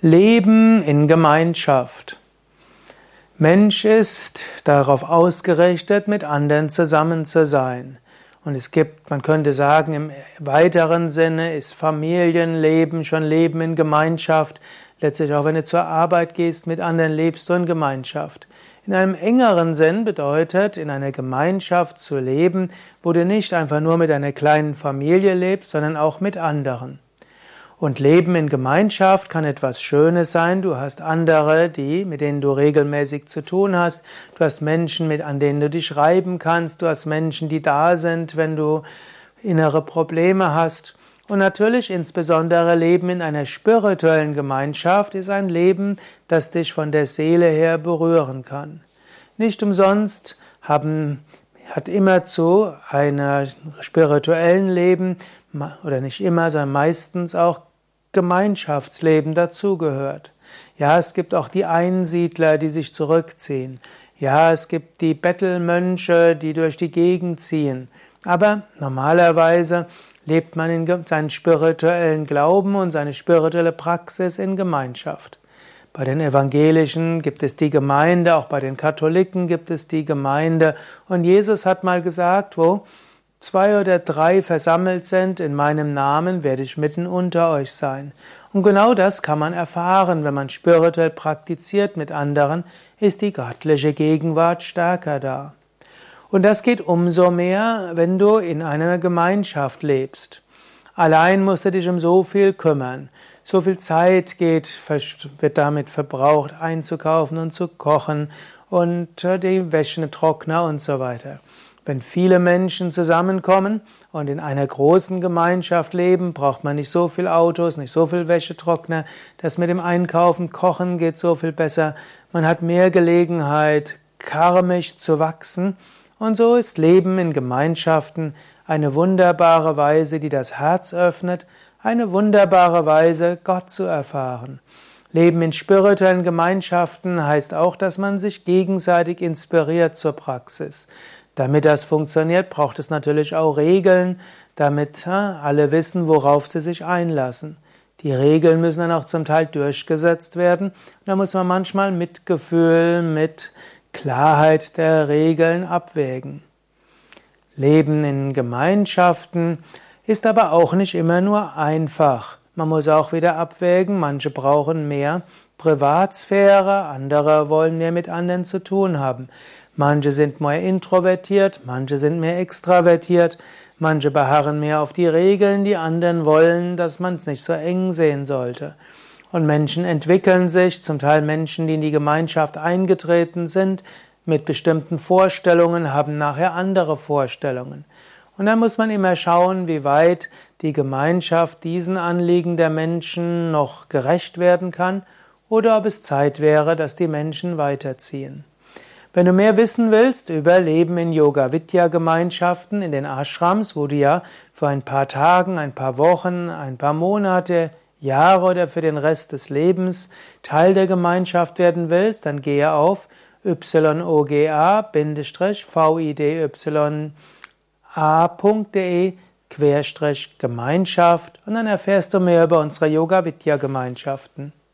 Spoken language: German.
Leben in Gemeinschaft. Mensch ist darauf ausgerichtet, mit anderen zusammen zu sein. Und es gibt, man könnte sagen, im weiteren Sinne ist Familienleben schon Leben in Gemeinschaft. Letztlich auch, wenn du zur Arbeit gehst, mit anderen lebst du in Gemeinschaft. In einem engeren Sinn bedeutet, in einer Gemeinschaft zu leben, wo du nicht einfach nur mit einer kleinen Familie lebst, sondern auch mit anderen. Und Leben in Gemeinschaft kann etwas Schönes sein. Du hast andere, mit denen du regelmäßig zu tun hast. Du hast Menschen, an denen du dich reiben kannst. Du hast Menschen, die da sind, wenn du innere Probleme hast. Und natürlich insbesondere Leben in einer spirituellen Gemeinschaft ist ein Leben, das dich von der Seele her berühren kann. Nicht umsonst hat immer zu einem spirituellen Leben, oder nicht immer, sondern meistens auch Gemeinschaftsleben dazugehört. Ja, es gibt auch die Einsiedler, die sich zurückziehen. Ja, es gibt die Bettelmönche, die durch die Gegend ziehen. Aber normalerweise lebt man seinen spirituellen Glauben und seine spirituelle Praxis in Gemeinschaft. Bei den Evangelischen gibt es die Gemeinde, auch bei den Katholiken gibt es die Gemeinde. Und Jesus hat mal gesagt, wo 2 oder 3 versammelt sind, in meinem Namen werde ich mitten unter euch sein. Und genau das kann man erfahren, wenn man spirituell praktiziert mit anderen, ist die göttliche Gegenwart stärker da. Und das geht umso mehr, wenn du in einer Gemeinschaft lebst. Allein musst du dich um so viel kümmern. So viel Zeit wird damit verbraucht, einzukaufen und zu kochen und die Wäschetrockner und so weiter. Wenn viele Menschen zusammenkommen und in einer großen Gemeinschaft leben, braucht man nicht so viel Autos, nicht so viel Wäschetrockner. Das mit dem Einkaufen, Kochen geht so viel besser. Man hat mehr Gelegenheit, karmisch zu wachsen. Und so ist Leben in Gemeinschaften eine wunderbare Weise, die das Herz öffnet, eine wunderbare Weise, Gott zu erfahren. Leben in spirituellen Gemeinschaften heißt auch, dass man sich gegenseitig inspiriert zur Praxis. Damit das funktioniert, braucht es natürlich auch Regeln, damit alle wissen, worauf sie sich einlassen. Die Regeln müssen dann auch zum Teil durchgesetzt werden. Da muss man manchmal Mitgefühl mit Klarheit der Regeln abwägen. Leben in Gemeinschaften ist aber auch nicht immer nur einfach. Man muss auch wieder abwägen, manche brauchen mehr Privatsphäre, andere wollen mehr mit anderen zu tun haben. Manche sind mehr introvertiert, manche sind mehr extravertiert, manche beharren mehr auf die Regeln, die anderen wollen, dass man es nicht so eng sehen sollte. Und Menschen entwickeln sich, zum Teil Menschen, die in die Gemeinschaft eingetreten sind, mit bestimmten Vorstellungen, haben nachher andere Vorstellungen. Und dann muss man immer schauen, wie weit die Gemeinschaft diesen Anliegen der Menschen noch gerecht werden kann oder ob es Zeit wäre, dass die Menschen weiterziehen. Wenn du mehr wissen willst über Leben in Yoga-Vidya-Gemeinschaften, in den Ashrams, wo du ja für ein paar Tagen, ein paar Wochen, ein paar Monate, Jahre oder für den Rest des Lebens Teil der Gemeinschaft werden willst, dann gehe auf yoga-vidya.de/Gemeinschaft und dann erfährst du mehr über unsere Yoga-Vidya-Gemeinschaften.